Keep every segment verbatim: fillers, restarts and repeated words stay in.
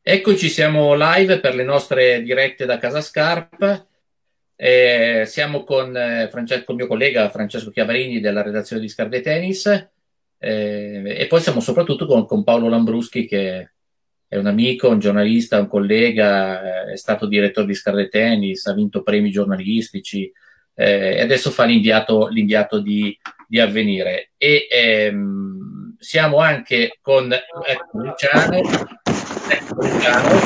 Eccoci, siamo live per le nostre dirette da Casa Scarpa. Eh, siamo con eh, Francesco, il mio collega Francesco Chiavarini della redazione di Scarpe Tennis, eh, e poi siamo soprattutto con, con Paolo Lambruschi, che è un amico, un giornalista, un collega, eh, è stato direttore di Scarpe Tennis, ha vinto premi giornalistici, eh, e adesso fa l'inviato, l'inviato di, di Avvenire. E ehm, siamo anche con ecco, Luciano. Ecco, Luciano,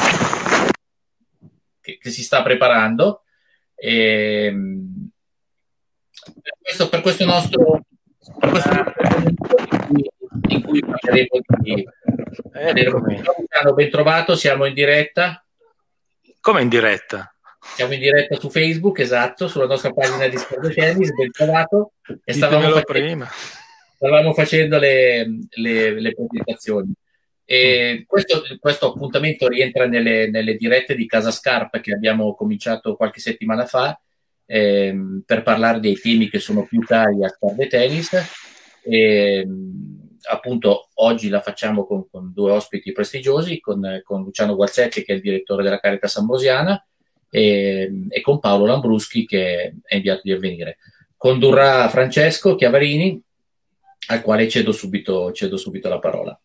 che, che si sta preparando. E, per, questo, per questo nostro per questo nostro in cui, in cui parleremo di Eccomi. Luciano, ben trovato, siamo in diretta. Come in diretta? Siamo in diretta su Facebook, esatto, sulla nostra pagina di Scarpe Tennis, ben trovato. E stavamo Ditemelo facendo, prima. stavamo facendo le, le, le presentazioni. Mm. E questo, questo appuntamento rientra nelle, nelle dirette di Casa Scarpa che abbiamo cominciato qualche settimana fa, ehm, per parlare dei temi che sono più cari a Scarpe Tennis. E, appunto oggi la facciamo con, con due ospiti prestigiosi, con, con Luciano Guazzetti, che è il direttore della Caritas Ambrosiana, e, e con Paolo Lambruschi, che è inviato di Avvenire. Condurrà Francesco Chiavarini, al quale cedo subito, cedo subito la parola.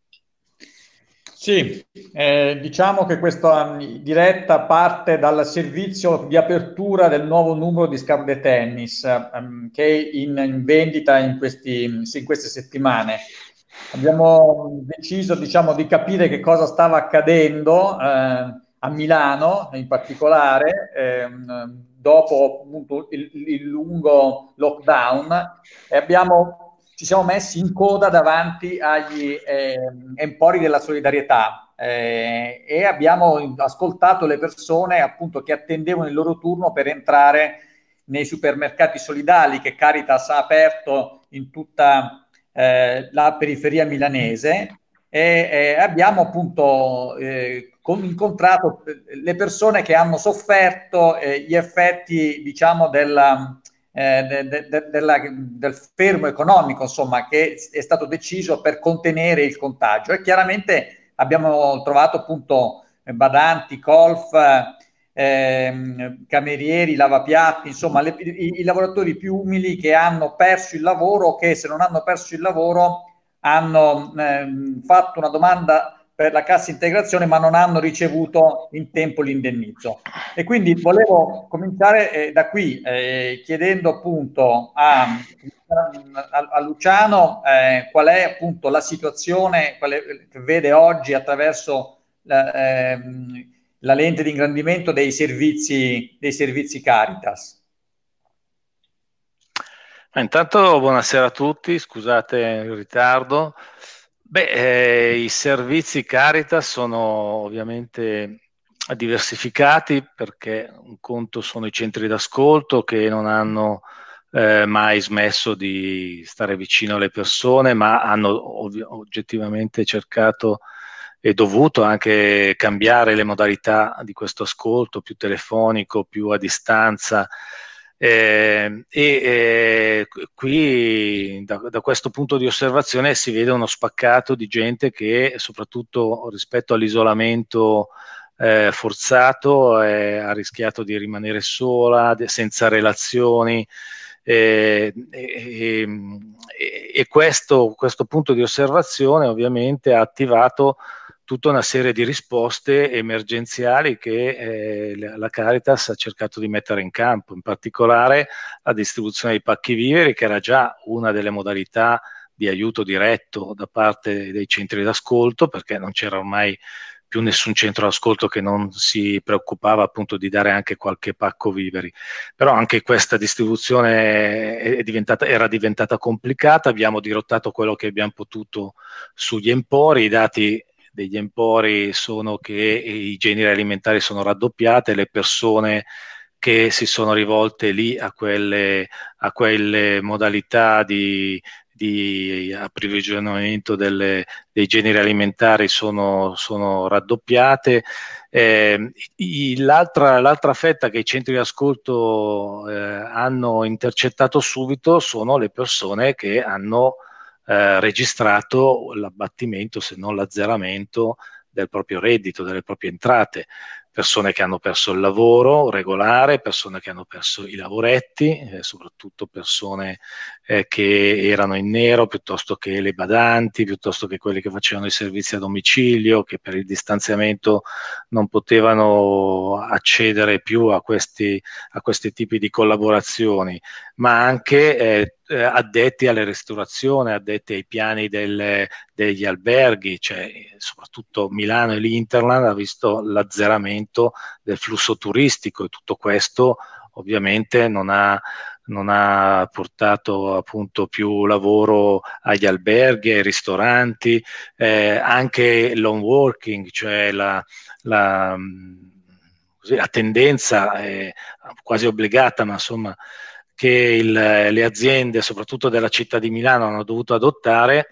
Sì, eh, diciamo che questa diretta parte dal servizio di apertura del nuovo numero di Scarpe Tennis, ehm, che è in, in vendita in, questi, in queste settimane. Abbiamo deciso, diciamo, di capire che cosa stava accadendo eh, a Milano in particolare, ehm, dopo appunto il, il lungo lockdown, e abbiamo ci siamo messi in coda davanti agli eh, empori della solidarietà eh, e abbiamo ascoltato le persone appunto che attendevano il loro turno per entrare nei supermercati solidali che Caritas ha aperto in tutta eh, la periferia milanese, e eh, abbiamo appunto eh, incontrato le persone che hanno sofferto eh, gli effetti, diciamo, della Eh, de, de, de, della, del fermo economico, insomma, che è stato deciso per contenere il contagio. E chiaramente abbiamo trovato appunto badanti, colf, eh, camerieri, lavapiatti, insomma, le, i, i lavoratori più umili che hanno perso il lavoro, che se non hanno perso il lavoro hanno eh, fatto una domanda per la cassa integrazione, ma non hanno ricevuto in tempo l'indennizzo. E quindi volevo cominciare eh, da qui, eh, chiedendo appunto a, a, a Luciano eh, qual è appunto la situazione qual è, che vede oggi attraverso la, ehm, la lente di ingrandimento dei servizi, dei servizi Caritas. Intanto buonasera a tutti, scusate il ritardo. Beh, eh, i servizi Caritas sono ovviamente diversificati, perché un conto sono i centri d'ascolto che non hanno eh, mai smesso di stare vicino alle persone, ma hanno ov- oggettivamente cercato e dovuto anche cambiare le modalità di questo ascolto, più telefonico, più a distanza. Eh, e eh, qui da, da questo punto di osservazione si vede uno spaccato di gente che, soprattutto rispetto all'isolamento eh, forzato, eh, ha rischiato di rimanere sola, de, senza relazioni. Eh, e, e, e questo, questo punto di osservazione ovviamente ha attivato tutta una serie di risposte emergenziali che eh, la Caritas ha cercato di mettere in campo, in particolare la distribuzione dei pacchi viveri, che era già una delle modalità di aiuto diretto da parte dei centri d'ascolto, perché non c'era ormai più nessun centro d'ascolto che non si preoccupava appunto di dare anche qualche pacco viveri. Però anche questa distribuzione è diventata, era diventata complicata, abbiamo dirottato quello che abbiamo potuto sugli empori, i dati degli empori sono che i generi alimentari sono raddoppiati, le persone che si sono rivolte lì a quelle, a quelle modalità di, di approvvigionamento delle, dei generi alimentari sono, sono raddoppiate. Eh, i, l'altra, l'altra fetta che i centri di ascolto eh, hanno intercettato subito sono le persone che hanno Eh, registrato l'abbattimento, se non l'azzeramento, del proprio reddito, delle proprie entrate. Persone che hanno perso il lavoro regolare, persone che hanno perso i lavoretti, eh, soprattutto persone eh, che erano in nero, piuttosto che le badanti, piuttosto che quelli che facevano i servizi a domicilio, che per il distanziamento non potevano accedere più a questi, a questi tipi di collaborazioni, ma anche eh, eh, addetti alla ristorazione, addetti ai piani del, degli alberghi, cioè soprattutto Milano e l'Interland ha visto l'azzeramento del flusso turistico, e tutto questo ovviamente non ha, non ha portato appunto più lavoro agli alberghi, ai ristoranti, eh, anche l'home working, cioè la, la, così, la tendenza è quasi obbligata, ma insomma, che il, le aziende, soprattutto della città di Milano, hanno dovuto adottare,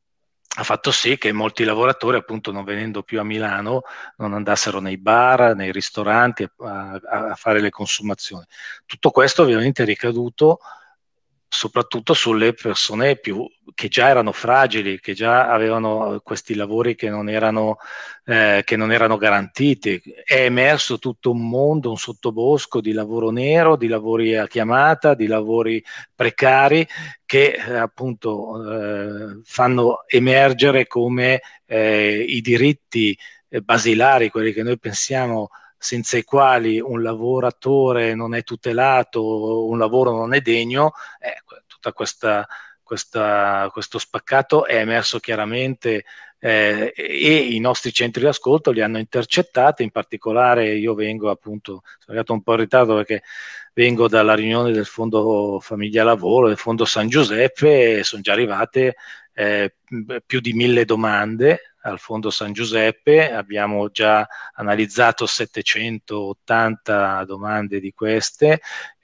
ha fatto sì che molti lavoratori, appunto non venendo più a Milano, non andassero nei bar, nei ristoranti a, a fare le consumazioni. Tutto questo ovviamente è ricaduto soprattutto sulle persone più, che già erano fragili, che già avevano questi lavori che non erano, eh, che non erano garantiti. È emerso tutto un mondo, un sottobosco di lavoro nero, di lavori a chiamata, di lavori precari, che eh, appunto eh, fanno emergere come eh, i diritti eh, basilari, quelli che noi pensiamo senza i quali un lavoratore non è tutelato, un lavoro non è degno, eh, tutta questa, questa, questo spaccato è emerso chiaramente eh, e i nostri centri di ascolto li hanno intercettati. In particolare io vengo appunto, sono arrivato un po' in ritardo perché vengo dalla riunione del Fondo Famiglia Lavoro, del Fondo San Giuseppe, e sono già arrivate eh, più di mille domande al Fondo San Giuseppe. Abbiamo già analizzato settecentottanta domande di queste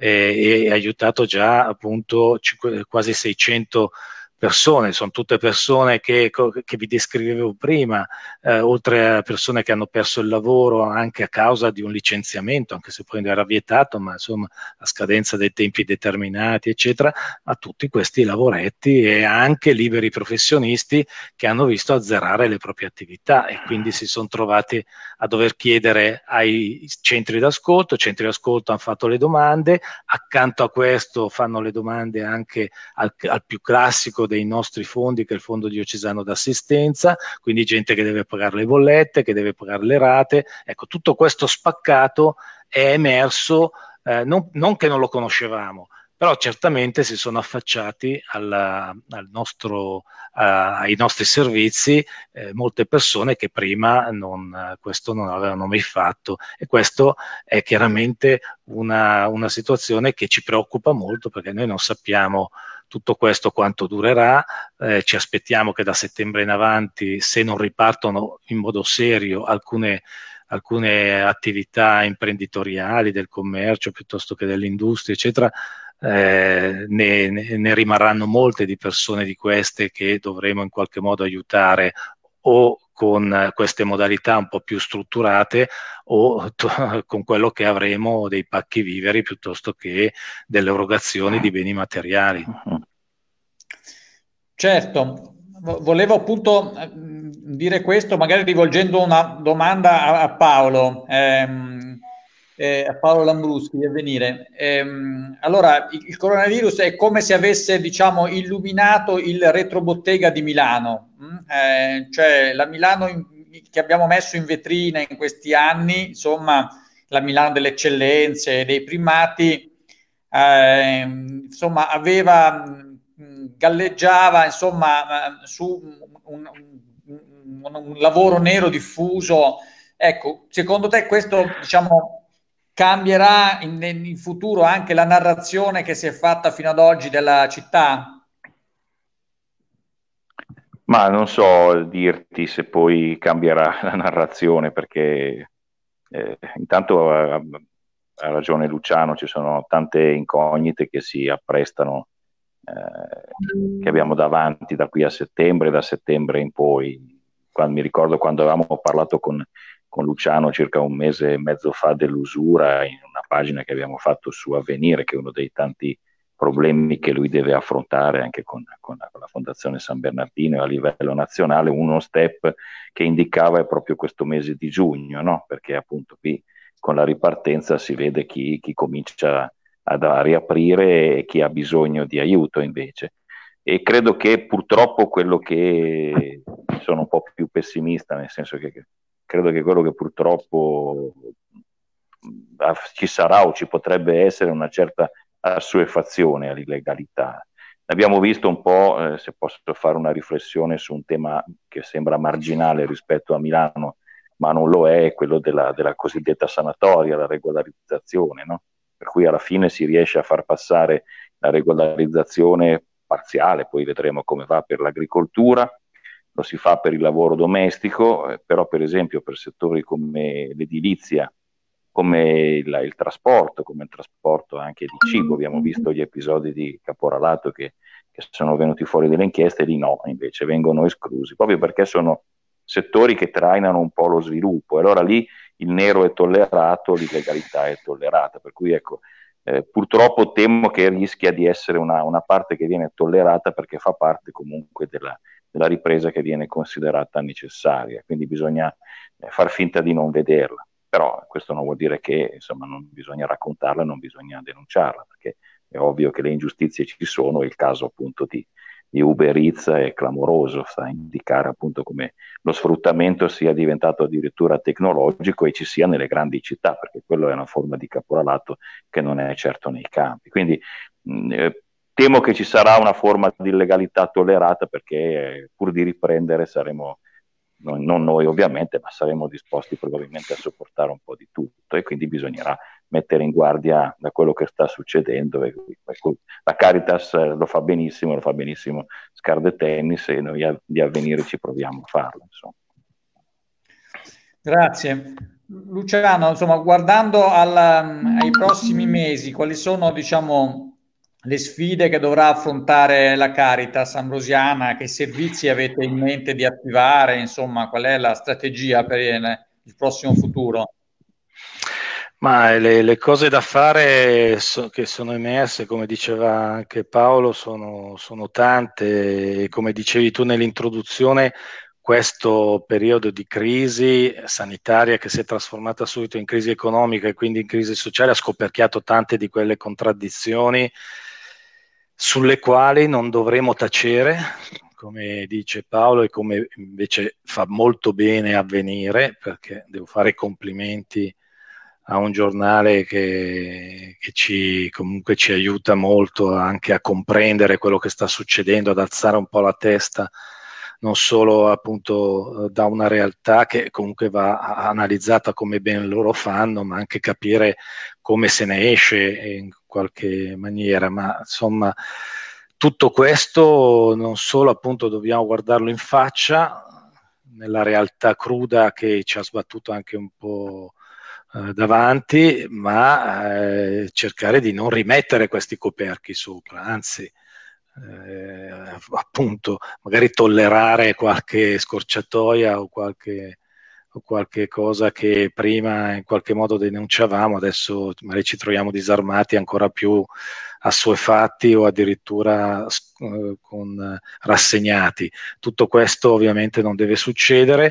eh, e aiutato già appunto cinque, quasi seicento persone. Sono tutte persone che, che vi descrivevo prima, eh, oltre a persone che hanno perso il lavoro anche a causa di un licenziamento, anche se poi era vietato, ma insomma a scadenza dei tempi determinati, eccetera, a tutti questi lavoretti, e anche liberi professionisti che hanno visto azzerare le proprie attività e quindi si sono trovati a dover chiedere ai centri d'ascolto. I centri d'ascolto hanno fatto le domande, accanto a questo fanno le domande anche al, al più classico dei nostri fondi, che è il Fondo Diocesano d'Assistenza, quindi gente che deve pagare le bollette, che deve pagare le rate. Ecco, tutto questo spaccato è emerso, eh, non, non che non lo conoscevamo, però certamente si sono affacciati alla, al nostro, uh, ai nostri servizi eh, molte persone che prima non, uh, questo non avevano mai fatto, e questo è chiaramente una, una situazione che ci preoccupa molto, perché noi non sappiamo tutto questo quanto durerà. Eh, ci aspettiamo che da settembre in avanti, se non ripartono in modo serio alcune alcune attività imprenditoriali del commercio piuttosto che dell'industria, eccetera, eh, ne, ne rimarranno molte di persone di queste che dovremo in qualche modo aiutare, o con queste modalità un po' più strutturate, o t- con quello che avremo dei pacchi viveri piuttosto che delle erogazioni di beni materiali. Certo, volevo appunto dire questo, magari rivolgendo una domanda a, a Paolo, ehm, eh, a Paolo Lambruschi di Avvenire. Ehm, allora, il, il coronavirus è come se avesse, diciamo, illuminato il retrobottega di Milano, eh, cioè la Milano in, che abbiamo messo in vetrina in questi anni, insomma, la Milano delle eccellenze, dei primati, eh, insomma, aveva galleggiava insomma su un, un, un lavoro nero diffuso. Ecco, secondo te questo, diciamo, cambierà in, in futuro anche la narrazione che si è fatta fino ad oggi della città? Ma non so dirti se poi cambierà la narrazione, perché eh, intanto ha, ha ragione Luciano, ci sono tante incognite che si apprestano, Eh, che abbiamo davanti da qui a settembre, da settembre in poi. Quando, mi ricordo quando avevamo parlato con, con Luciano circa un mese e mezzo fa dell'usura, in una pagina che abbiamo fatto su Avvenire, che è uno dei tanti problemi che lui deve affrontare anche con, con, la, con la Fondazione San Bernardino a livello nazionale. Uno step che indicava è proprio questo mese di giugno, no? Perché appunto qui con la ripartenza si vede chi, chi comincia ad, a riaprire e chi ha bisogno di aiuto invece. E credo che purtroppo quello che sono un po' più pessimista, nel senso che credo che quello che purtroppo ci sarà o ci potrebbe essere una certa assuefazione all'illegalità. Abbiamo visto un po', eh, se posso fare una riflessione su un tema che sembra marginale rispetto a Milano, ma non lo è, quello della, della cosiddetta sanatoria, la regolarizzazione, no? Per cui alla fine si riesce a far passare la regolarizzazione parziale, poi vedremo come va per l'agricoltura, lo si fa per il lavoro domestico, eh, però per esempio per settori come l'edilizia, come il, il trasporto, come il trasporto anche di cibo, abbiamo visto gli episodi di caporalato che, che sono venuti fuori delle inchieste, lì no, invece vengono esclusi, proprio perché sono settori che trainano un po' lo sviluppo, e allora lì il nero è tollerato, l'illegalità è tollerata, per cui ecco, eh, purtroppo temo che rischia di essere una, una parte che viene tollerata perché fa parte comunque della, della ripresa che viene considerata necessaria, quindi bisogna eh, far finta di non vederla. Però questo non vuol dire che insomma non bisogna raccontarla, non bisogna denunciarla, perché è ovvio che le ingiustizie ci sono, e il caso appunto di, di Uber Eats è clamoroso, sta a indicare appunto come lo sfruttamento sia diventato addirittura tecnologico e ci sia nelle grandi città, perché quello è una forma di caporalato che non è certo nei campi. Quindi mh, eh, temo che ci sarà una forma di illegalità tollerata, perché eh, pur di riprendere saremo... Non, non noi ovviamente, ma saremo disposti probabilmente a sopportare un po' di tutto, e quindi bisognerà mettere in guardia da quello che sta succedendo. E la Caritas lo fa benissimo, lo fa benissimo Scardetennis, e noi di Avvenire ci proviamo a farlo, insomma. Grazie. Luciano, insomma, guardando alla, ai prossimi mesi, quali sono, diciamo, le sfide che dovrà affrontare la Caritas Ambrosiana? Che servizi avete in mente di attivare? Insomma, qual è la strategia per il, il prossimo futuro? Ma le, le cose da fare so, che sono emerse, come diceva anche Paolo, sono, sono tante, e come dicevi tu nell'introduzione, questo periodo di crisi sanitaria che si è trasformata subito in crisi economica e quindi in crisi sociale ha scoperchiato tante di quelle contraddizioni sulle quali non dovremo tacere, come dice Paolo, e come invece fa molto bene Avvenire, perché devo fare complimenti a un giornale che, che ci, comunque ci aiuta molto anche a comprendere quello che sta succedendo, ad alzare un po' la testa, non solo appunto da una realtà che comunque va analizzata come ben loro fanno, ma anche capire come se ne esce in qualche maniera. Ma insomma, tutto questo non solo appunto dobbiamo guardarlo in faccia, nella realtà cruda che ci ha sbattuto anche un po' eh, davanti, ma eh, cercare di non rimettere questi coperchi sopra, anzi Eh, appunto magari tollerare qualche scorciatoia o qualche, o qualche cosa che prima in qualche modo denunciavamo, adesso magari ci troviamo disarmati, ancora più assuefatti o addirittura eh, con, rassegnati. Tutto questo ovviamente non deve succedere.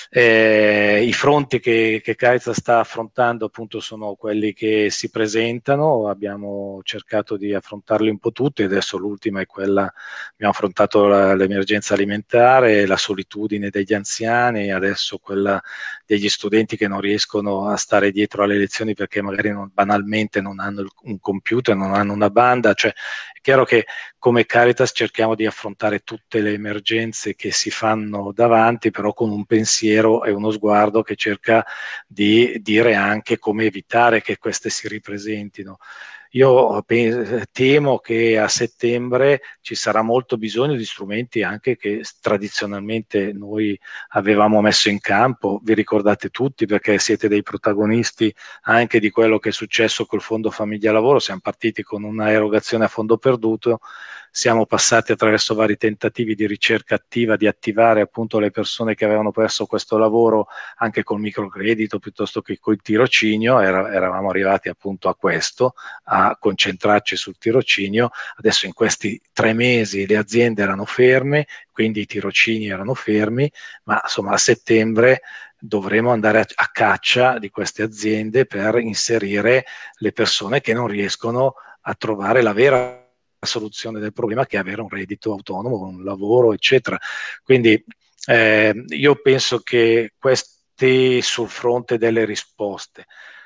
Eh, I fronti che, che Caritas sta affrontando appunto sono quelli che si presentano, abbiamo cercato di affrontarli un po' tutti, adesso l'ultima è quella, abbiamo affrontato la, l'emergenza alimentare, la solitudine degli anziani, adesso quella degli studenti che non riescono a stare dietro alle lezioni perché magari non, banalmente non hanno un computer, non hanno una banda. Cioè è chiaro che come Caritas cerchiamo di affrontare tutte le emergenze che si fanno davanti, però con un pensiero e uno sguardo che cerca di dire anche come evitare che queste si ripresentino. Io temo che a settembre ci sarà molto bisogno di strumenti anche che tradizionalmente noi avevamo messo in campo. Vi ricordate tutti, perché siete dei protagonisti anche di quello che è successo col Fondo Famiglia Lavoro. Siamo partiti con una erogazione a fondo perduto siamo passati attraverso vari tentativi di ricerca attiva di attivare appunto le persone che avevano perso questo lavoro anche col microcredito piuttosto che col tirocinio. Era, eravamo arrivati appunto a questo, a concentrarci sul tirocinio. Adesso in questi tre mesi le aziende erano ferme, quindi i tirocini erano fermi, ma insomma a settembre dovremo andare a, a caccia di queste aziende per inserire le persone che non riescono a trovare la vera soluzione del problema, che è avere un reddito autonomo, un lavoro, eccetera. Quindi eh, io penso che questi sul fronte delle risposte.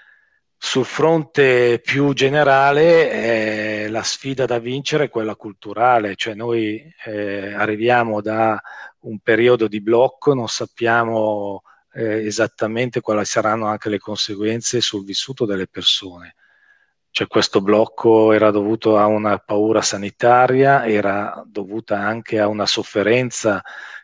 Sul fronte più generale eh, la sfida da vincere è quella culturale, cioè noi eh, arriviamo da un periodo di blocco, non sappiamo eh, esattamente quali saranno anche le conseguenze sul vissuto delle persone. Cioè questo blocco era dovuto a una paura sanitaria, era dovuta anche a una sofferenza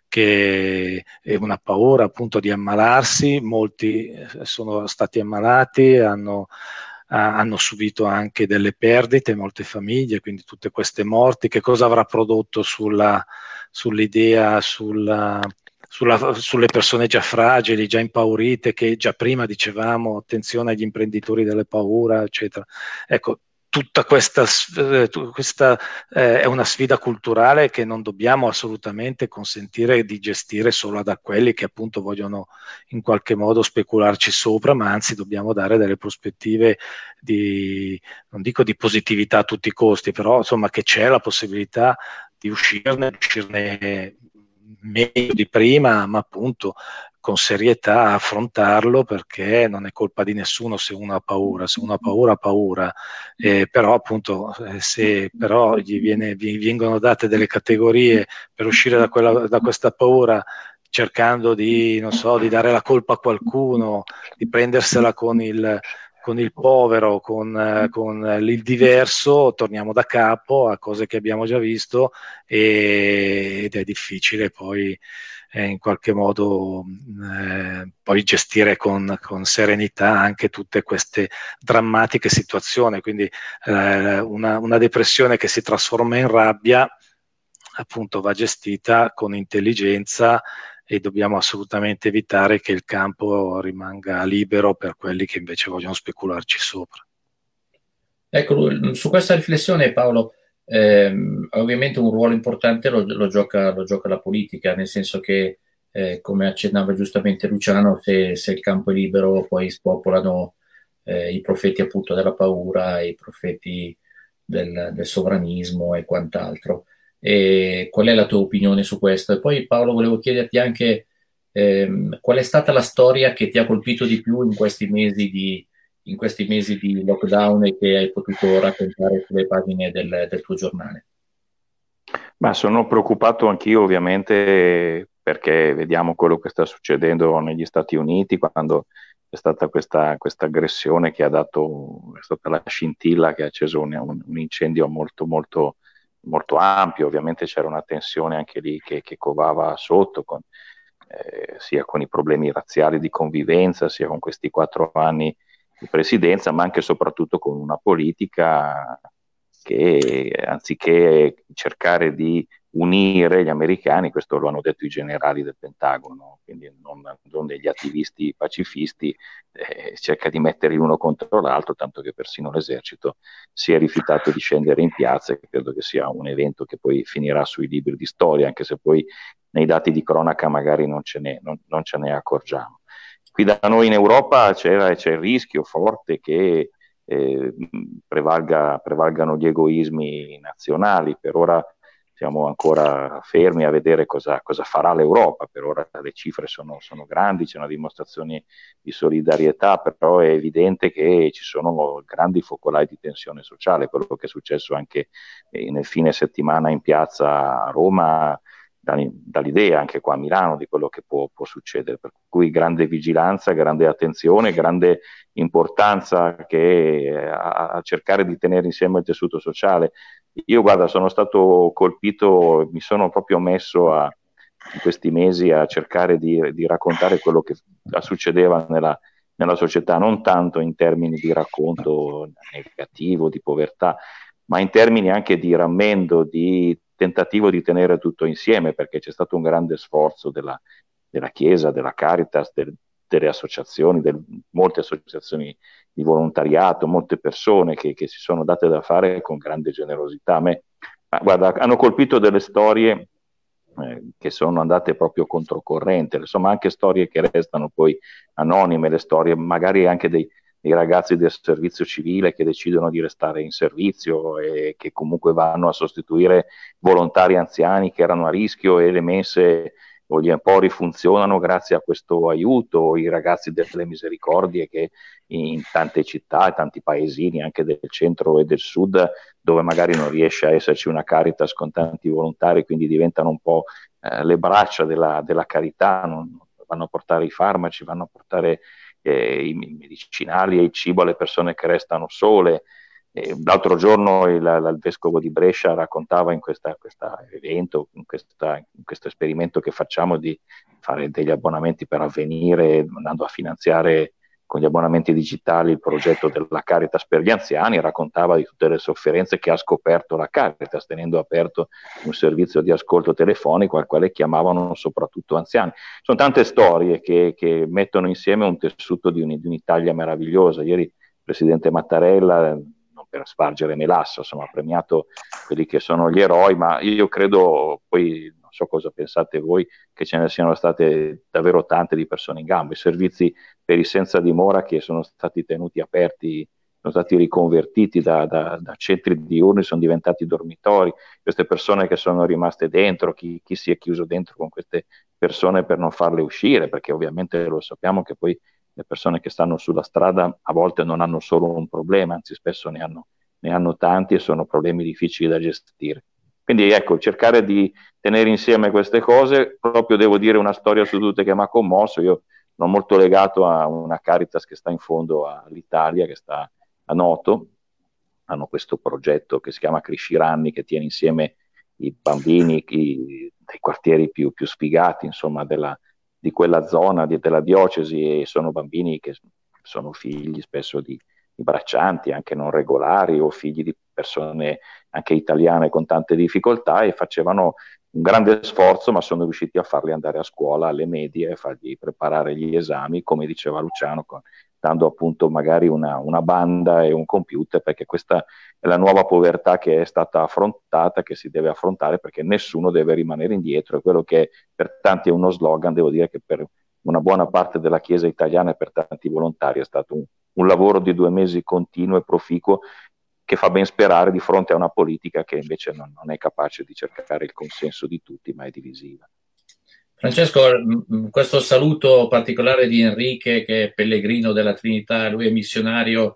che è una paura appunto di ammalarsi. Molti sono stati ammalati, hanno, hanno subito anche delle perdite, molte famiglie, quindi tutte queste morti. Che cosa avrà prodotto sulla, sull'idea, sulla, sulla, sulle persone già fragili, già impaurite, che già prima dicevamo attenzione agli imprenditori delle paura, eccetera. Ecco, tutta questa, eh, questa eh, è una sfida culturale che non dobbiamo assolutamente consentire di gestire solo da quelli che appunto vogliono in qualche modo specularci sopra, ma anzi dobbiamo dare delle prospettive di, non dico di positività a tutti i costi, però insomma che c'è la possibilità di uscirne, di uscirne meglio di prima, ma appunto con serietà affrontarlo, perché non è colpa di nessuno se uno ha paura, se uno ha paura ha paura, eh, però appunto eh, se però gli, viene, gli vengono date delle categorie per uscire da, quella, da questa paura, cercando di, non so, di dare la colpa a qualcuno, di prendersela con il, con il povero, con, eh, con il diverso, torniamo da capo a cose che abbiamo già visto, e, ed è difficile poi eh, in qualche modo eh, poi gestire con, con serenità anche tutte queste drammatiche situazioni. Quindi eh, una, una depressione che si trasforma in rabbia appunto va gestita con intelligenza, e dobbiamo assolutamente evitare che il campo rimanga libero per quelli che invece vogliono specularci sopra. Ecco, su questa riflessione Paolo, ehm, ovviamente un ruolo importante lo, lo, gioca, lo gioca la politica, nel senso che, eh, come accennava giustamente Luciano, se, se il campo è libero poi spopolano eh, i profeti appunto della paura, i profeti del, del sovranismo e quant'altro. E qual è la tua opinione su questo? E poi Paolo, volevo chiederti anche ehm, qual è stata la storia che ti ha colpito di più in questi mesi di, in questi mesi di lockdown e che hai potuto raccontare sulle pagine del, del tuo giornale? Ma sono preoccupato anch'io, ovviamente, perché vediamo quello che sta succedendo negli Stati Uniti, quando è stata questa, questa aggressione che ha dato, è stata la scintilla che ha acceso un, un, un incendio molto molto molto ampio. Ovviamente c'era una tensione anche lì che, che covava sotto, con, eh, sia con i problemi razziali di convivenza, sia con questi quattro anni di presidenza, ma anche e soprattutto con una politica che, anziché cercare di unire gli americani, questo lo hanno detto i generali del Pentagono, quindi non, non degli attivisti pacifisti, eh, cerca di metterli uno contro l'altro, tanto che persino l'esercito si è rifiutato di scendere in piazza, e credo che sia un evento che poi finirà sui libri di storia, anche se poi nei dati di cronaca magari non ce ne, non, non ce ne accorgiamo. Qui da noi in Europa c'è, c'è il rischio forte che eh, prevalga, prevalgano gli egoismi nazionali. Per ora siamo ancora fermi a vedere cosa, cosa farà l'Europa. Per ora le cifre sono, sono grandi, c'è una dimostrazione di solidarietà, però è evidente che ci sono grandi focolai di tensione sociale. Quello che è successo anche nel fine settimana in piazza a Roma dà, dà l'idea anche qua a Milano di quello che può, può succedere, per cui grande vigilanza, grande attenzione, grande importanza che a, a cercare di tenere insieme il tessuto sociale. Io guarda, sono stato colpito, mi sono proprio messo a, in questi mesi a cercare di, di raccontare quello che succedeva nella, nella società, non tanto in termini di racconto negativo, di povertà, ma in termini anche di rammendo, di tentativo di tenere tutto insieme, perché c'è stato un grande sforzo della, della Chiesa, della Caritas, del, delle associazioni, del, molte associazioni di volontariato, molte persone che, che si sono date da fare con grande generosità. A me, ma guarda, hanno colpito delle storie eh, che sono andate proprio controcorrente, insomma anche storie che restano poi anonime, le storie magari anche dei, dei ragazzi del servizio civile che decidono di restare in servizio e che comunque vanno a sostituire volontari anziani che erano a rischio, e le mense o gli empori funzionano grazie a questo aiuto, i ragazzi delle misericordie che in tante città, tanti paesini anche del centro e del sud, dove magari non riesce a esserci una Caritas con tanti volontari, quindi diventano un po' eh, le braccia della, della carità, non, vanno a portare i farmaci, vanno a portare eh, i medicinali e il cibo alle persone che restano sole. Eh, l'altro giorno il, il vescovo di Brescia raccontava in questo evento, in, questa, in questo esperimento che facciamo di fare degli abbonamenti per Avvenire, andando a finanziare con gli abbonamenti digitali il progetto della Caritas per gli anziani, raccontava di tutte le sofferenze che ha scoperto la Caritas, tenendo aperto un servizio di ascolto telefonico al quale chiamavano soprattutto anziani. Sono tante storie che, che mettono insieme un tessuto di, un, di un'Italia meravigliosa. Ieri il presidente Mattarella, per spargere melasso, insomma, ha premiato quelli che sono gli eroi, ma io credo, poi non so cosa pensate voi, che ce ne siano state davvero tante di persone in gamba. I servizi per i senza dimora che sono stati tenuti aperti, sono stati riconvertiti da, da, da centri diurni, sono diventati dormitori, queste persone che sono rimaste dentro, chi, chi si è chiuso dentro con queste persone per non farle uscire, perché ovviamente lo sappiamo che poi le persone che stanno sulla strada a volte non hanno solo un problema, anzi spesso ne hanno, ne hanno tanti e sono problemi difficili da gestire. Quindi ecco, cercare di tenere insieme queste cose, proprio devo dire una storia su tutte che mi ha commosso. Io sono molto legato a una Caritas che sta in fondo all'Italia, che sta a Noto, hanno questo progetto che si chiama Cresciranni, che tiene insieme i bambini i, dei quartieri più, più sfigati, insomma, della di quella zona di, della diocesi, e sono bambini che sono figli spesso di, di braccianti anche non regolari o figli di persone anche italiane con tante difficoltà, e facevano un grande sforzo, ma sono riusciti a farli andare a scuola alle medie, fargli preparare gli esami, come diceva Luciano, con, dando appunto magari una, una banda e un computer, perché questa è la nuova povertà che è stata affrontata, che si deve affrontare, perché nessuno deve rimanere indietro. È quello che per tanti è uno slogan. Devo dire che per una buona parte della Chiesa italiana e per tanti volontari è stato un, un lavoro di due mesi continuo e proficuo, che fa ben sperare di fronte a una politica che invece non, non è capace di cercare il consenso di tutti, ma è divisiva. Francesco, questo saluto particolare di Enrique, che è pellegrino della Trinità, lui è missionario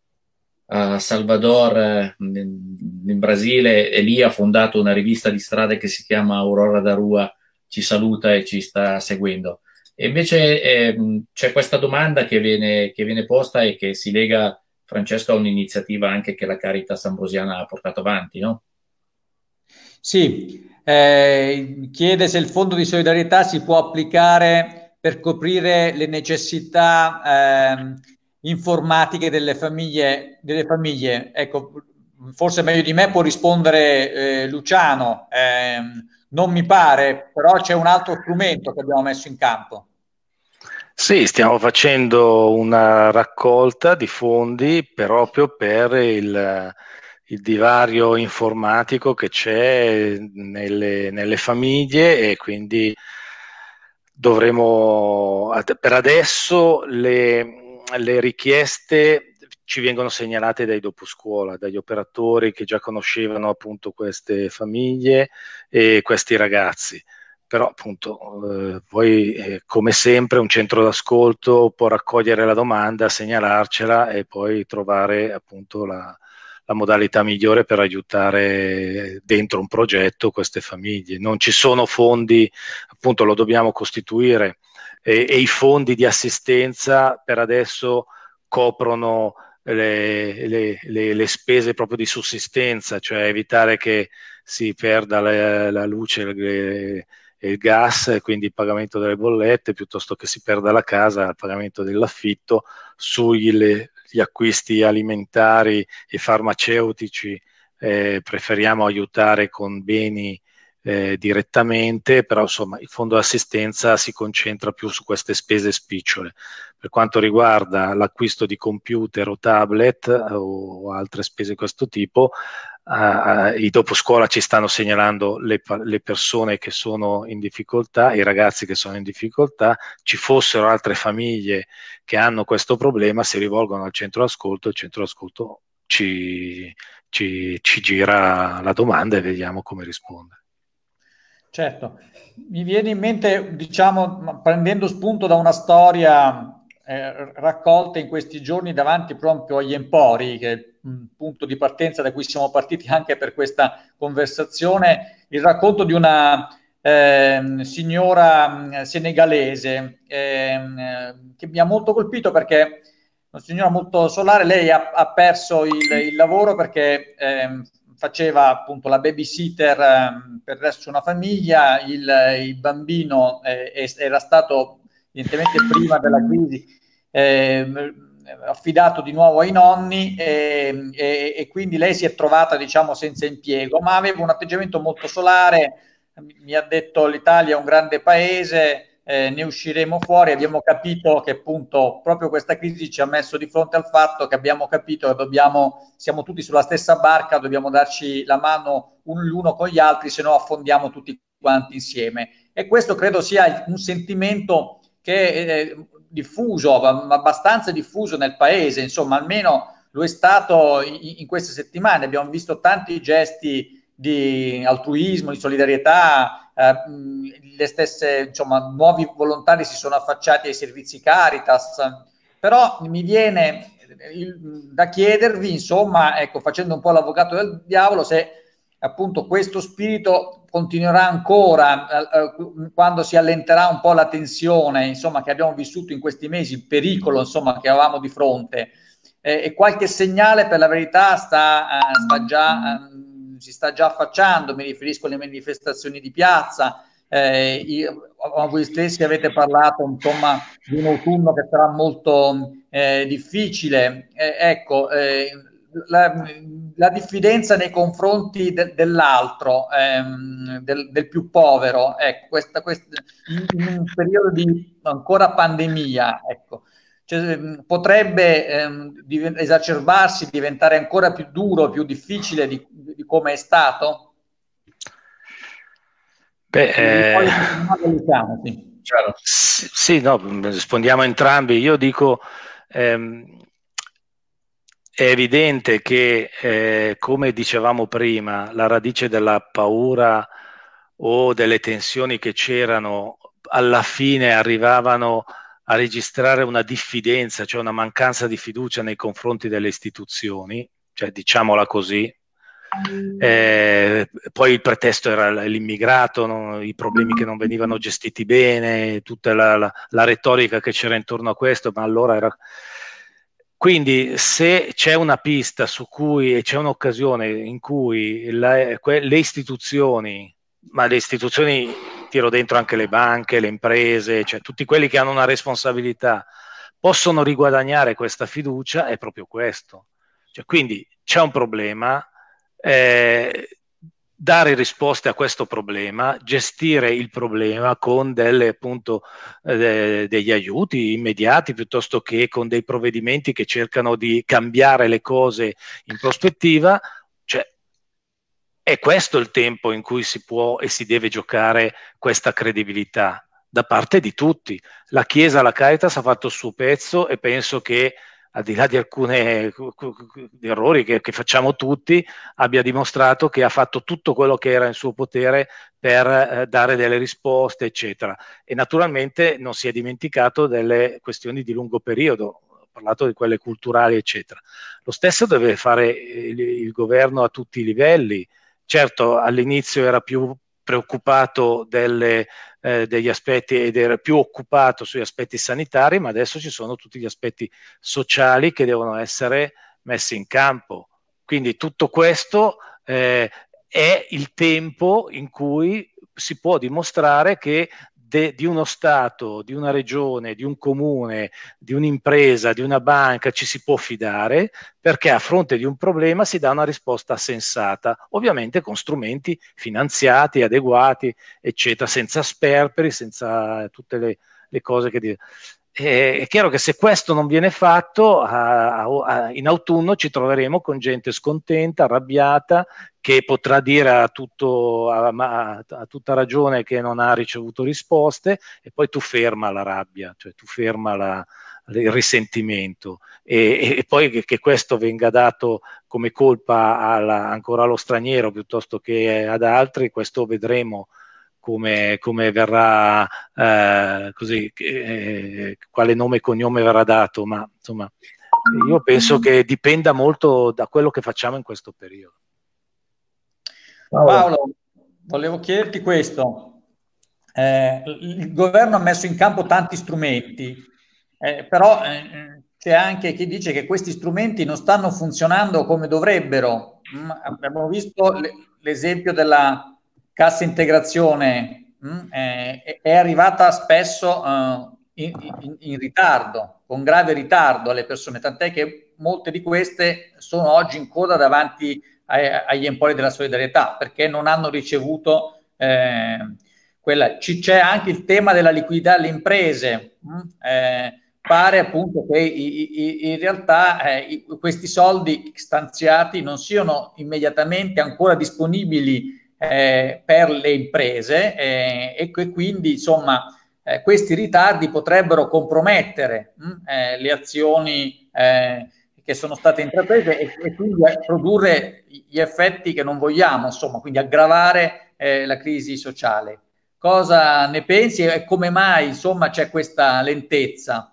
a Salvador in Brasile, e lì ha fondato una rivista di strade che si chiama Aurora da Rua, ci saluta e ci sta seguendo. E invece eh, c'è questa domanda che viene, che viene posta e che si lega, Francesco, a un'iniziativa anche che la Caritas Ambrosiana ha portato avanti, no? Sì, eh, chiede se il fondo di solidarietà si può applicare per coprire le necessità eh, informatiche delle famiglie, delle famiglie. Ecco, forse meglio di me può rispondere eh, Luciano, eh, non mi pare, però c'è un altro strumento che abbiamo messo in campo. Sì, stiamo facendo una raccolta di fondi proprio per il, il divario informatico che c'è nelle, nelle famiglie, e quindi dovremo, per adesso le, le richieste ci vengono segnalate dai doposcuola, dagli operatori che già conoscevano appunto queste famiglie e questi ragazzi. Però appunto eh, poi eh, come sempre un centro d'ascolto può raccogliere la domanda, segnalarcela e poi trovare appunto la, la modalità migliore per aiutare dentro un progetto queste famiglie. Non ci sono fondi, appunto lo dobbiamo costituire, e, e i fondi di assistenza per adesso coprono le, le, le, le spese proprio di sussistenza, cioè evitare che si perda la, la luce, le, il gas, e quindi il pagamento delle bollette, piuttosto che si perda la casa, il pagamento dell'affitto, sugli le, gli acquisti alimentari e farmaceutici eh, preferiamo aiutare con beni eh, direttamente, però insomma il fondo assistenza si concentra più su queste spese spicciole. Per quanto riguarda l'acquisto di computer o tablet o altre spese di questo tipo, Uh, i dopo scuola ci stanno segnalando le, le persone che sono in difficoltà, i ragazzi che sono in difficoltà. Ci fossero altre famiglie che hanno questo problema, si rivolgono al centro ascolto, il centro ascolto ci, ci, ci gira la domanda e vediamo come risponde. Certo, mi viene in mente, diciamo, prendendo spunto da una storia eh, raccolta in questi giorni davanti proprio agli Empori, che è un punto di partenza da cui siamo partiti anche per questa conversazione, il racconto di una eh, signora senegalese eh, che mi ha molto colpito perché una signora molto solare. Lei ha, ha perso il, il lavoro perché eh, faceva appunto la babysitter eh, per il resto di una famiglia. Il, il bambino eh, era stato evidentemente prima della crisi eh, affidato di nuovo ai nonni e, e, e quindi lei si è trovata, diciamo, senza impiego, ma aveva un atteggiamento molto solare. Mi ha detto: l'Italia è un grande paese, eh, ne usciremo fuori. Abbiamo capito che appunto proprio questa crisi ci ha messo di fronte al fatto che abbiamo capito che dobbiamo, siamo tutti sulla stessa barca, dobbiamo darci la mano l'uno con gli altri, se no affondiamo tutti quanti insieme. E questo credo sia un sentimento che è diffuso, abbastanza diffuso nel paese, insomma, almeno lo è stato in, in queste settimane. Abbiamo visto tanti gesti di altruismo, di solidarietà, eh, le stesse, insomma, nuovi volontari si sono affacciati ai servizi Caritas, però mi viene il, da chiedervi, insomma, ecco, facendo un po' l'avvocato del diavolo, se appunto questo spirito continuerà ancora eh, quando si allenterà un po' la tensione, insomma, che abbiamo vissuto in questi mesi, il pericolo, insomma, che avevamo di fronte, eh, e qualche segnale per la verità sta, eh, sta già eh, si sta già affacciando. Mi riferisco alle manifestazioni di piazza. Eh, io, voi stessi avete parlato, insomma, di un autunno che sarà molto eh, difficile. Eh, ecco, eh, la, la diffidenza nei confronti de, dell'altro, ehm, del, del più povero, ecco, questa, questa, in, in un periodo di ancora pandemia, ecco, cioè, potrebbe ehm, div- esacerbarsi, diventare ancora più duro, più difficile di, di come è stato? Beh, eh, sì. sì, no, rispondiamo entrambi. Io dico, ehm, è evidente che, eh, come dicevamo prima, la radice della paura o delle tensioni che c'erano alla fine arrivavano a registrare una diffidenza, cioè una mancanza di fiducia nei confronti delle istituzioni, cioè diciamola così. Eh, poi il pretesto era l'immigrato, no? I problemi che non venivano gestiti bene, tutta la, la, la retorica che c'era intorno a questo, ma allora era... Quindi se c'è una pista su cui, e c'è un'occasione in cui la, que, le istituzioni, ma le istituzioni, tiro dentro anche le banche, le imprese, cioè tutti quelli che hanno una responsabilità, possono riguadagnare questa fiducia, è proprio questo. Cioè, quindi c'è un problema, eh, dare risposte a questo problema, gestire il problema con delle, appunto, eh, degli aiuti immediati piuttosto che con dei provvedimenti che cercano di cambiare le cose in prospettiva. Cioè, è questo il tempo in cui si può e si deve giocare questa credibilità da parte di tutti. La Chiesa, la Caritas ha fatto il suo pezzo e penso che, al di là di alcuni errori che, che facciamo tutti, abbia dimostrato che ha fatto tutto quello che era in suo potere per eh, dare delle risposte, eccetera. E naturalmente non si è dimenticato delle questioni di lungo periodo, ho parlato di quelle culturali, eccetera. Lo stesso deve fare il, il governo a tutti i livelli. Certo, all'inizio era più preoccupato delle, eh, degli aspetti ed era più occupato sugli aspetti sanitari, ma adesso ci sono tutti gli aspetti sociali che devono essere messi in campo. Quindi tutto questo eh, è il tempo in cui si può dimostrare che de, di uno Stato, di una regione, di un comune, di un'impresa, di una banca ci si può fidare, perché a fronte di un problema si dà una risposta sensata, ovviamente con strumenti finanziati, adeguati, eccetera, senza sperperi, senza tutte le, le cose che dire. Eh, è chiaro che se questo non viene fatto, a, a, in autunno ci troveremo con gente scontenta, arrabbiata, che potrà dire a, tutto, a, a, a tutta ragione che non ha ricevuto risposte, e poi tu ferma la rabbia, cioè tu ferma la, il risentimento, e, e poi che, che questo venga dato come colpa alla, ancora allo straniero piuttosto che ad altri, questo vedremo come, come verrà, eh, così, eh, quale nome e cognome verrà dato, ma insomma io penso che dipenda molto da quello che facciamo in questo periodo. Paolo, volevo chiederti questo. Eh, il governo ha messo in campo tanti strumenti, eh, però eh, c'è anche chi dice che questi strumenti non stanno funzionando come dovrebbero. Mm, abbiamo visto l'esempio della cassa integrazione, mh, eh, è arrivata spesso eh, in, in, in ritardo, con grave ritardo alle persone, tant'è che molte di queste sono oggi in coda davanti ai, agli empori della solidarietà, perché non hanno ricevuto eh, quella. C- c'è anche il tema della liquidità alle imprese. Mh, eh, pare appunto che i, i, in realtà eh, i, questi soldi stanziati non siano immediatamente ancora disponibili Eh, per le imprese eh, e che quindi insomma eh, questi ritardi potrebbero compromettere mh, eh, le azioni eh, che sono state intraprese e, e quindi produrre gli effetti che non vogliamo, insomma, quindi aggravare eh, la crisi sociale. Cosa ne pensi e come mai insomma c'è questa lentezza?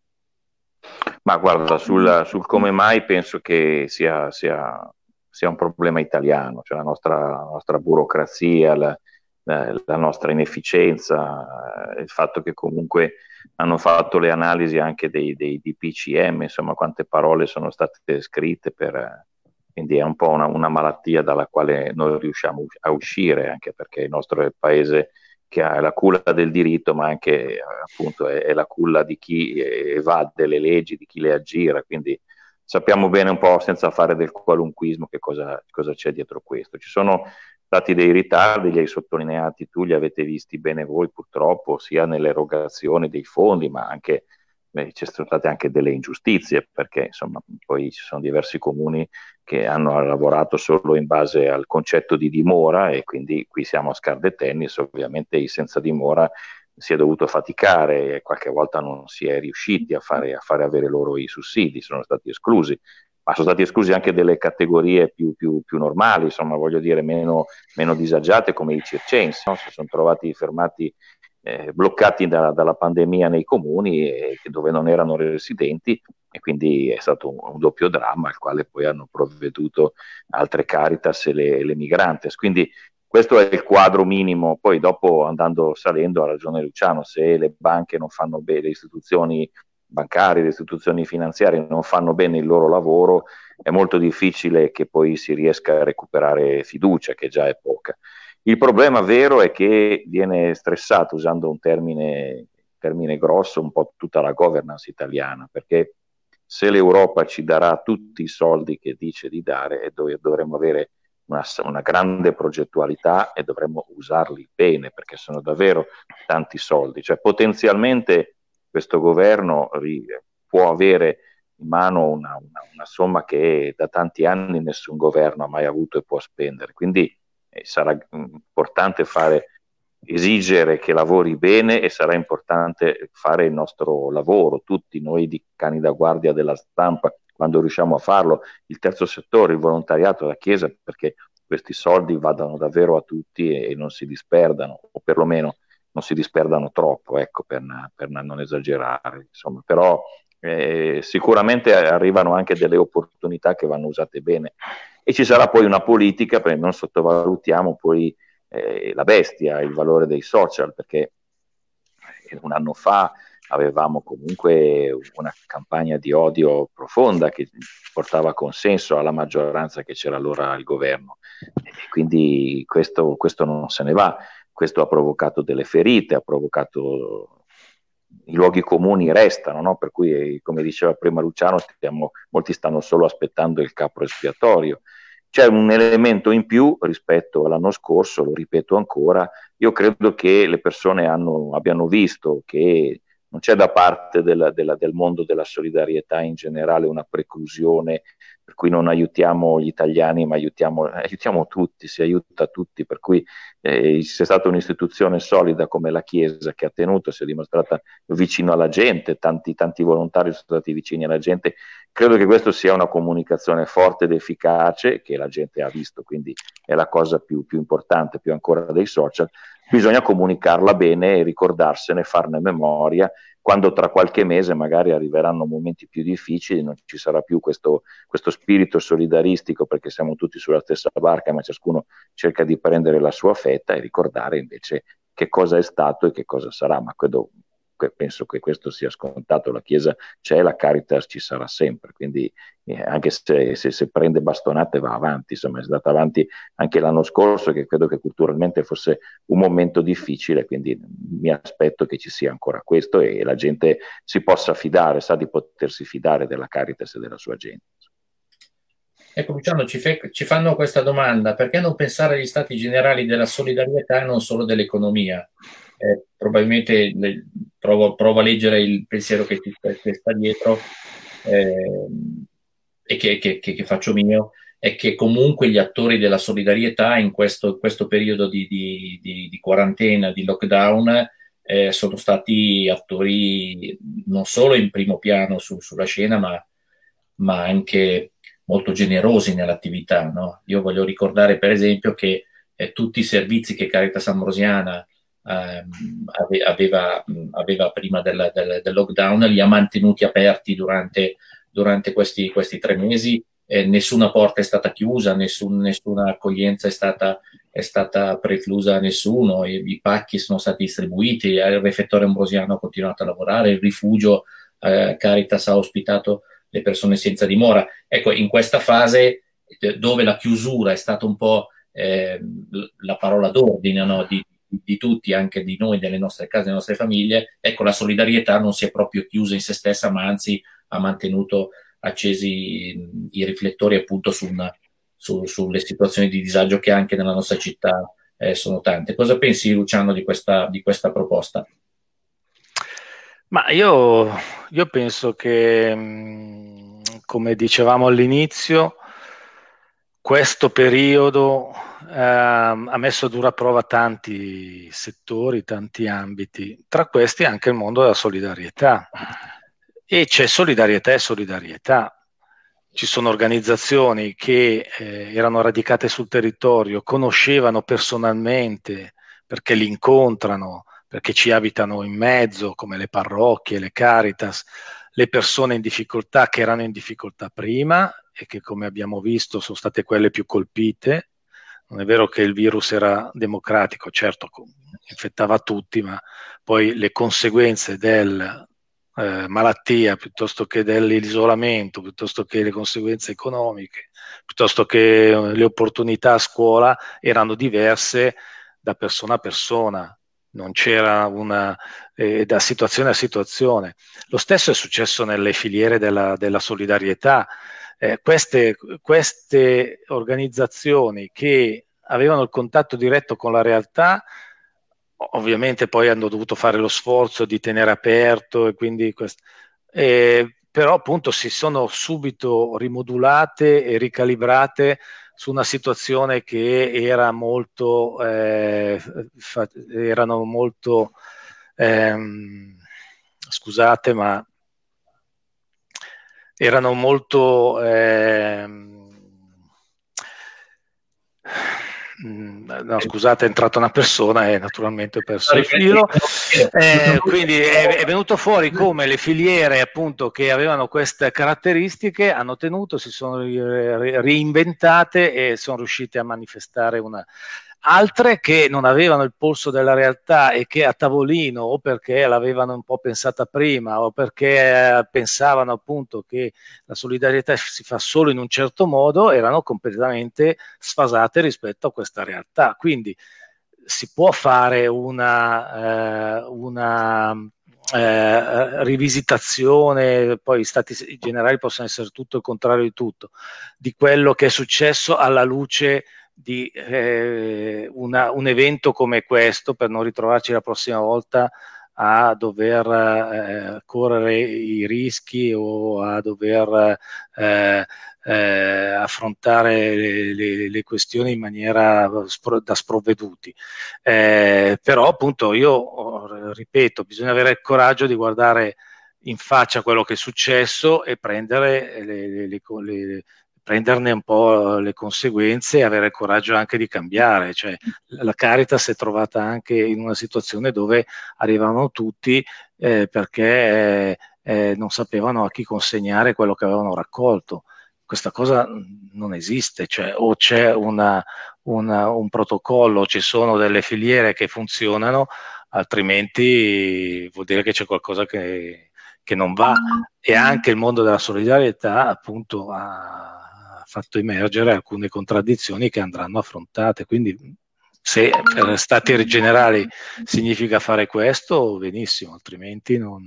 Ma guarda, sul, sul come mai penso che sia, sia, sia un problema italiano, cioè la nostra, la nostra burocrazia, la, la, la nostra inefficienza, il fatto che comunque hanno fatto le analisi anche dei, dei D P C M, insomma quante parole sono state scritte, per, quindi è un po' una, una malattia dalla quale noi riusciamo a uscire, anche perché il nostro paese che ha la culla del diritto, ma anche appunto è, è la culla di chi evade le leggi, di chi le aggira, quindi sappiamo bene un po', senza fare del qualunquismo, che cosa, cosa c'è dietro questo. Ci sono stati dei ritardi, li hai sottolineati tu, li avete visti bene voi purtroppo, sia nell'erogazione dei fondi, ma anche beh, ci sono state anche delle ingiustizie, perché insomma poi ci sono diversi comuni che hanno lavorato solo in base al concetto di dimora, e quindi qui siamo a Scardetennis, ovviamente i senza dimora si è dovuto faticare e qualche volta non si è riusciti a fare, a fare avere loro i sussidi, sono stati esclusi, ma sono stati esclusi anche delle categorie più, più, più normali, insomma voglio dire meno, meno disagiate, come i circensi, no? Si sono trovati fermati, eh, bloccati da, dalla pandemia nei comuni eh, dove non erano residenti, e quindi è stato un, un doppio dramma al quale poi hanno provveduto altre Caritas e le, le Migrantes. Quindi questo è il quadro minimo. Poi dopo, andando salendo, ha ragione Luciano, se le banche non fanno bene, le istituzioni bancarie, le istituzioni finanziarie non fanno bene il loro lavoro, è molto difficile che poi si riesca a recuperare fiducia, che già è poca. Il problema vero è che viene stressato, usando un termine, termine grosso, un po' tutta la governance italiana, perché se l'Europa ci darà tutti i soldi che dice di dare, e dov- dovremmo avere una, una grande progettualità e dovremmo usarli bene, perché sono davvero tanti soldi. Cioè potenzialmente questo governo ri- può avere in mano una, una, una somma che da tanti anni nessun governo ha mai avuto e può spendere. Quindi eh, sarà importante fare, esigere che lavori bene, e sarà importante fare il nostro lavoro, tutti noi di cani da guardia della stampa, quando riusciamo a farlo, il terzo settore, il volontariato, la Chiesa, perché questi soldi vadano davvero a tutti e, e non si disperdano, o perlomeno non si disperdano troppo, ecco, per, per non esagerare, insomma. Però eh, sicuramente arrivano anche delle opportunità che vanno usate bene, e ci sarà poi una politica, perché non sottovalutiamo poi eh, la bestia, il valore dei social, perché un anno fa avevamo comunque una campagna di odio profonda che portava consenso alla maggioranza che c'era allora al governo, e quindi questo, questo non se ne va. questo ha provocato delle ferite, ha provocato... i luoghi comuni restano, no? Per cui, come diceva prima Luciano, stiamo, molti stanno solo aspettando il capro espiatorio. C'è un elemento in più rispetto all'anno scorso, lo ripeto ancora, io credo che le persone hanno, abbiano visto che non c'è da parte della, della, del mondo della solidarietà in generale una preclusione per cui non aiutiamo gli italiani ma aiutiamo, aiutiamo tutti, si aiuta tutti, per cui eh, c'è stata un'istituzione solida come la Chiesa che ha tenuto, si è dimostrata vicino alla gente, tanti, tanti volontari sono stati vicini alla gente. Credo che questo sia una comunicazione forte ed efficace che la gente ha visto, quindi è la cosa più, più importante, più ancora dei social. Bisogna comunicarla bene e ricordarsene, farne memoria, quando tra qualche mese magari arriveranno momenti più difficili, non ci sarà più questo, questo spirito solidaristico perché siamo tutti sulla stessa barca, ma ciascuno cerca di prendere la sua fetta e ricordare invece che cosa è stato e che cosa sarà. Ma credo, penso che questo sia scontato, la Chiesa c'è, la Caritas ci sarà sempre, quindi eh, anche se, se, se prende bastonate va avanti, insomma è andata avanti anche l'anno scorso, che credo che culturalmente fosse un momento difficile, quindi mi aspetto che ci sia ancora questo e la gente si possa fidare, sa di potersi fidare della Caritas e della sua gente. Ecco Luciano, ci, fe- ci fanno questa domanda: perché non pensare agli stati generali della solidarietà e non solo dell'economia? Eh, probabilmente le, provo, provo a leggere il pensiero che, ti, che sta dietro eh, e che, che, che faccio mio, è che comunque gli attori della solidarietà in questo, in questo periodo di, di, di, di quarantena, di lockdown, eh, sono stati attori non solo in primo piano su, sulla scena, ma, ma anche molto generosi nell'attività, no? Io voglio ricordare per esempio che eh, tutti i servizi che Caritas Ambrosiana eh, aveva, aveva prima del, del, del lockdown li ha mantenuti aperti durante, durante questi, questi tre mesi, eh, nessuna porta è stata chiusa, nessun, nessuna accoglienza è stata, è stata preclusa a nessuno, i, i pacchi sono stati distribuiti, il refettorio ambrosiano ha continuato a lavorare, il rifugio eh, Caritas ha ospitato le persone senza dimora. Ecco, in questa fase dove la chiusura è stata un po' eh, la parola d'ordine, no? di, di tutti, anche di noi, delle nostre case, delle nostre famiglie, ecco, la solidarietà non si è proprio chiusa in se stessa, ma anzi ha mantenuto accesi i riflettori appunto su una, su, sulle situazioni di disagio che anche nella nostra città eh, sono tante. Cosa pensi, Luciano, di questa, di questa proposta? Ma io, io penso che, come dicevamo all'inizio, questo periodo eh, ha messo a dura prova tanti settori, tanti ambiti, tra questi anche il mondo della solidarietà. E c'è solidarietà e solidarietà. Ci sono organizzazioni che eh, erano radicate sul territorio, conoscevano personalmente perché li incontrano, perché ci abitano in mezzo, come le parrocchie, le Caritas, le persone in difficoltà che erano in difficoltà prima e che, come abbiamo visto, sono state quelle più colpite. Non è vero che il virus era democratico, certo infettava tutti, ma poi le conseguenze del eh, malattia, piuttosto che dell'isolamento, piuttosto che le conseguenze economiche, piuttosto che le opportunità a scuola erano diverse da persona a persona. Non c'era una eh, da situazione a situazione. Lo stesso è successo nelle filiere della, della solidarietà. Eh, queste, queste organizzazioni che avevano il contatto diretto con la realtà, ovviamente poi hanno dovuto fare lo sforzo di tenere aperto e quindi quest- eh, però appunto si sono subito rimodulate e ricalibrate su una situazione che era molto eh, fa- erano molto ehm, scusate ma erano molto ehm, no scusate è entrata una persona e naturalmente ho perso il filo, eh, quindi è, è venuto fuori come le filiere appunto che avevano queste caratteristiche hanno tenuto, si sono reinventate e sono riuscite a manifestare una. Altre che non avevano il polso della realtà e che a tavolino, o perché l'avevano un po' pensata prima o perché pensavano appunto che la solidarietà si fa solo in un certo modo, erano completamente sfasate rispetto a questa realtà. Quindi si può fare una, eh, una eh, rivisitazione, poi i stati generali possono essere tutto il contrario di tutto, di quello che è successo alla luce di eh, una, un evento come questo, per non ritrovarci la prossima volta a dover eh, correre i rischi o a dover eh, eh, affrontare le, le, le questioni in maniera spro- da sprovveduti. Eh, però appunto io ripeto, bisogna avere il coraggio di guardare in faccia quello che è successo e prendere le, le, le, le prenderne un po' le conseguenze e avere il coraggio anche di cambiare. Cioè, la Caritas è trovata anche in una situazione dove arrivavano tutti eh, perché eh, non sapevano a chi consegnare quello che avevano raccolto. Questa cosa non esiste, cioè, o c'è una, una, un protocollo, ci sono delle filiere che funzionano, altrimenti vuol dire che c'è qualcosa che, che non va. E anche il mondo della solidarietà appunto ha fatto emergere alcune contraddizioni che andranno affrontate, quindi se per stati generali significa fare questo, benissimo, altrimenti non...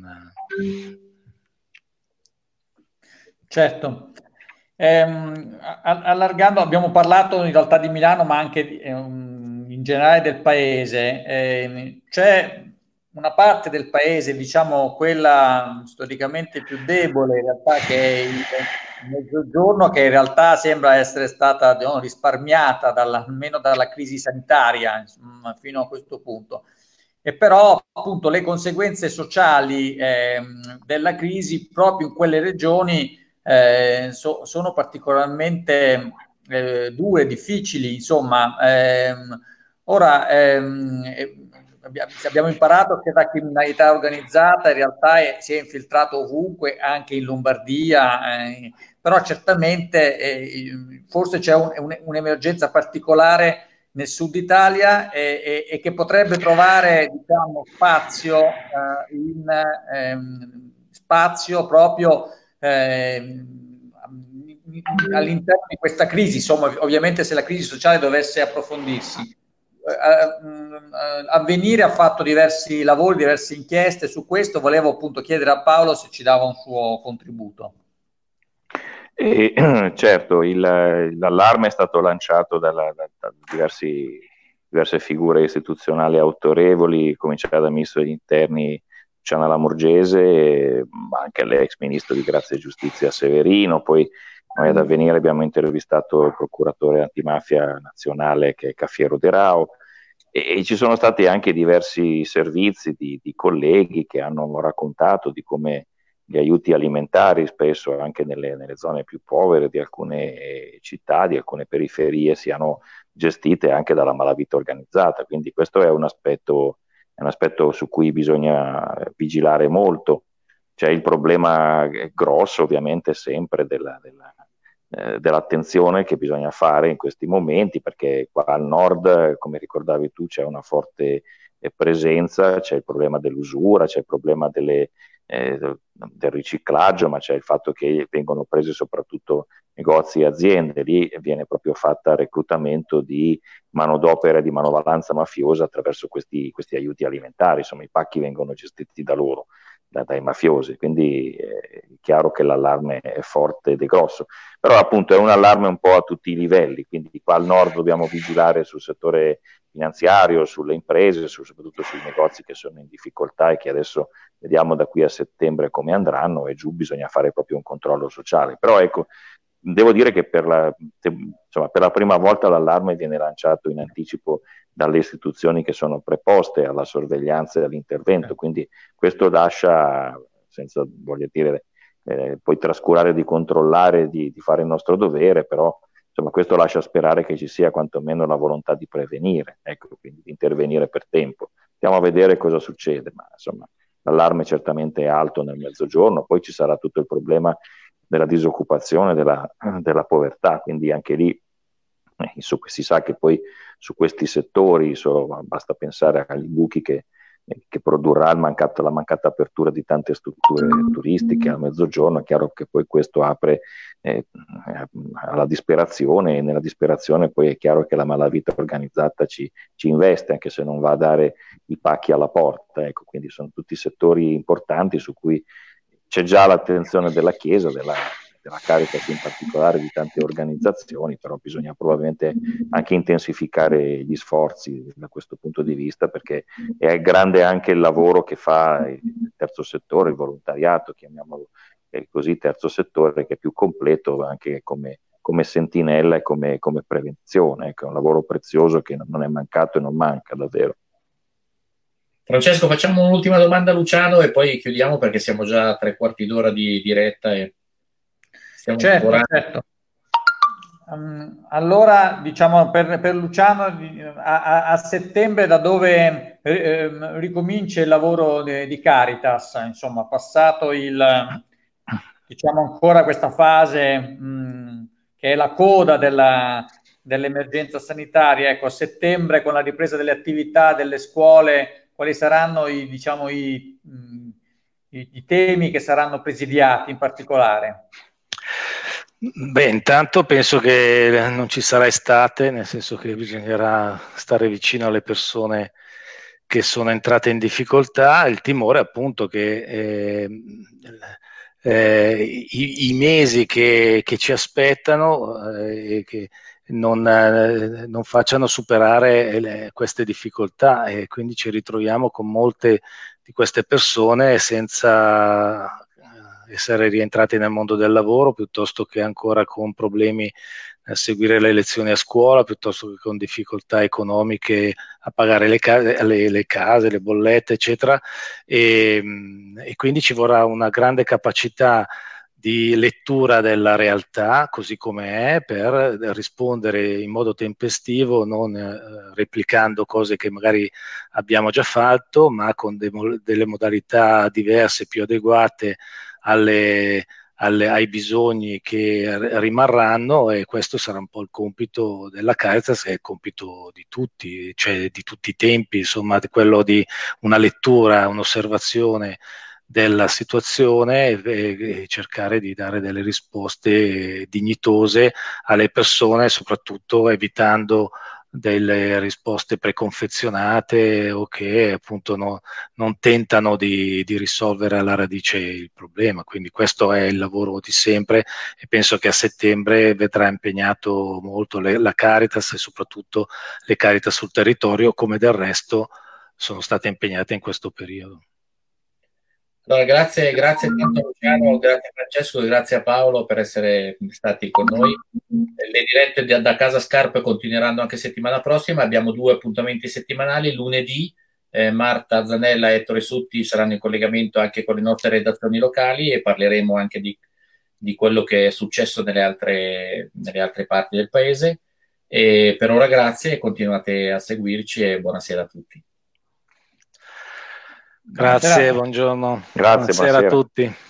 Certo. Ehm, allargando, abbiamo parlato in realtà di Milano, ma anche di, um, in generale del paese. Eh, c'è una parte del paese, diciamo quella storicamente più debole, in realtà, che è il Mezzogiorno, che in realtà sembra essere stata no, risparmiata dalla, almeno dalla crisi sanitaria, insomma, fino a questo punto. E però appunto le conseguenze sociali eh, della crisi proprio in quelle regioni eh, so, sono particolarmente eh, dure, difficili, insomma. Ehm, ora ehm, eh, abbiamo imparato che la criminalità organizzata in realtà è, si è infiltrata ovunque, anche in Lombardia, eh, però certamente eh, forse c'è un, un, un'emergenza particolare nel sud Italia e, e, e che potrebbe trovare, diciamo, spazio eh, in ehm, spazio proprio eh, all'interno di questa crisi. Insomma, ovviamente se la crisi sociale dovesse approfondirsi. Avvenire ha fatto diversi lavori, diverse inchieste su questo. Volevo appunto chiedere a Paolo se ci dava un suo contributo. E, certo, il, l'allarme è stato lanciato dalla, da, da diversi, diverse figure istituzionali autorevoli, cominciare dal ministro degli interni Luciana Lamorgese, ma anche l'ex ministro di Grazia e Giustizia Severino. Poi noi ad Avvenire abbiamo intervistato il procuratore antimafia nazionale che è Cafiero De Rao, e, e ci sono stati anche diversi servizi di, di colleghi che hanno raccontato di come gli aiuti alimentari, spesso anche nelle, nelle zone più povere di alcune città, di alcune periferie, siano gestite anche dalla malavita organizzata. Quindi questo è un aspetto, è un aspetto su cui bisogna vigilare molto. C'è il problema grosso, ovviamente, sempre della, della, eh, dell'attenzione che bisogna fare in questi momenti, perché qua al nord, come ricordavi tu, c'è una forte presenza, c'è il problema dell'usura, c'è il problema delle Eh, del riciclaggio, ma c'è il fatto che vengono prese soprattutto negozi e aziende. Lì viene proprio fatta reclutamento di manodopera e di manovalanza mafiosa attraverso questi, questi aiuti alimentari. Insomma, i pacchi vengono gestiti da loro, da, dai mafiosi, quindi è chiaro che l'allarme è forte ed è grosso, però appunto è un allarme un po' a tutti i livelli. Quindi qua al nord dobbiamo vigilare sul settore finanziario, sulle imprese, su, soprattutto sui negozi che sono in difficoltà e che adesso vediamo da qui a settembre come andranno, e giù bisogna fare proprio un controllo sociale. Però ecco, devo dire che per la, insomma, per la prima volta l'allarme viene lanciato in anticipo dalle istituzioni che sono preposte alla sorveglianza e all'intervento, quindi questo lascia, senza voglio dire, eh, poi trascurare di controllare, di, di fare il nostro dovere, però insomma questo lascia sperare che ci sia quantomeno la volontà di prevenire, ecco, quindi di intervenire per tempo. Stiamo a vedere cosa succede, ma insomma l'allarme certamente è alto nel Mezzogiorno. Poi ci sarà tutto il problema della disoccupazione, della, della povertà, quindi anche lì eh, su, si sa che poi su questi settori, so, basta pensare agli buchi che che produrrà il mancato, la mancata apertura di tante strutture turistiche al mezzogiorno. È chiaro che poi questo apre eh, alla disperazione, e nella disperazione poi è chiaro che la malavita organizzata ci, ci investe, anche se non va a dare i pacchi alla porta. Ecco, quindi sono tutti settori importanti su cui c'è già l'attenzione della Chiesa, della, della Caritas in particolare, di tante organizzazioni, però bisogna probabilmente anche intensificare gli sforzi da questo punto di vista, perché è grande anche il lavoro che fa il terzo settore, il volontariato, chiamiamolo così, terzo settore, che è più completo anche come, come sentinella e come, come prevenzione. Ecco, è un lavoro prezioso che non è mancato e non manca davvero. Francesco, facciamo un'ultima domanda a Luciano e poi chiudiamo, perché siamo già a tre quarti d'ora di diretta e stiamo certo, lavorando. certo. Um, allora, diciamo, per, per Luciano, a, a, a settembre da dove eh, ricomincia il lavoro de, di Caritas, insomma, passato il, diciamo, ancora questa fase mh, che è la coda della, dell'emergenza sanitaria, ecco, a settembre, con la ripresa delle attività delle scuole, quali saranno i, diciamo, i, i, i temi che saranno presidiati in particolare? Beh, intanto penso che non ci sarà estate, nel senso che bisognerà stare vicino alle persone che sono entrate in difficoltà. Il timore appunto che eh, eh, i, i mesi che, che ci aspettano eh, che non, eh, non facciano superare le, queste difficoltà, e quindi ci ritroviamo con molte di queste persone senza essere rientrati nel mondo del lavoro, piuttosto che ancora con problemi a seguire le lezioni a scuola, piuttosto che con difficoltà economiche a pagare le case, le, le, case, le bollette, eccetera. E, e quindi ci vorrà una grande capacità di lettura della realtà così come è, per rispondere in modo tempestivo, non eh, replicando cose che magari abbiamo già fatto, ma con de- delle modalità diverse, più adeguate alle, alle, ai bisogni che rimarranno. E questo sarà un po' il compito della Caritas, che è il compito di tutti, cioè di tutti i tempi, insomma, di quello di una lettura, un'osservazione della situazione e, e cercare di dare delle risposte dignitose alle persone, soprattutto evitando delle risposte preconfezionate o che appunto no, non tentano di, di risolvere alla radice il problema. Quindi questo è il lavoro di sempre, e penso che a settembre vedrà impegnato molto le, la Caritas, e soprattutto le Caritas sul territorio, come del resto sono state impegnate in questo periodo. Allora, grazie, grazie tanto Luciano, grazie a Francesco e grazie a Paolo per essere stati con noi. Le dirette da Casa Scarpe continueranno anche settimana prossima. Abbiamo due appuntamenti settimanali. Lunedì eh, Marta Zanella e Ettore Sutti saranno in collegamento anche con le nostre redazioni locali e parleremo anche di, di quello che è successo nelle altre, nelle altre parti del paese. E per ora grazie, continuate a seguirci e buonasera a tutti. Grazie, buongiorno. Grazie, buonasera, buonasera a tutti.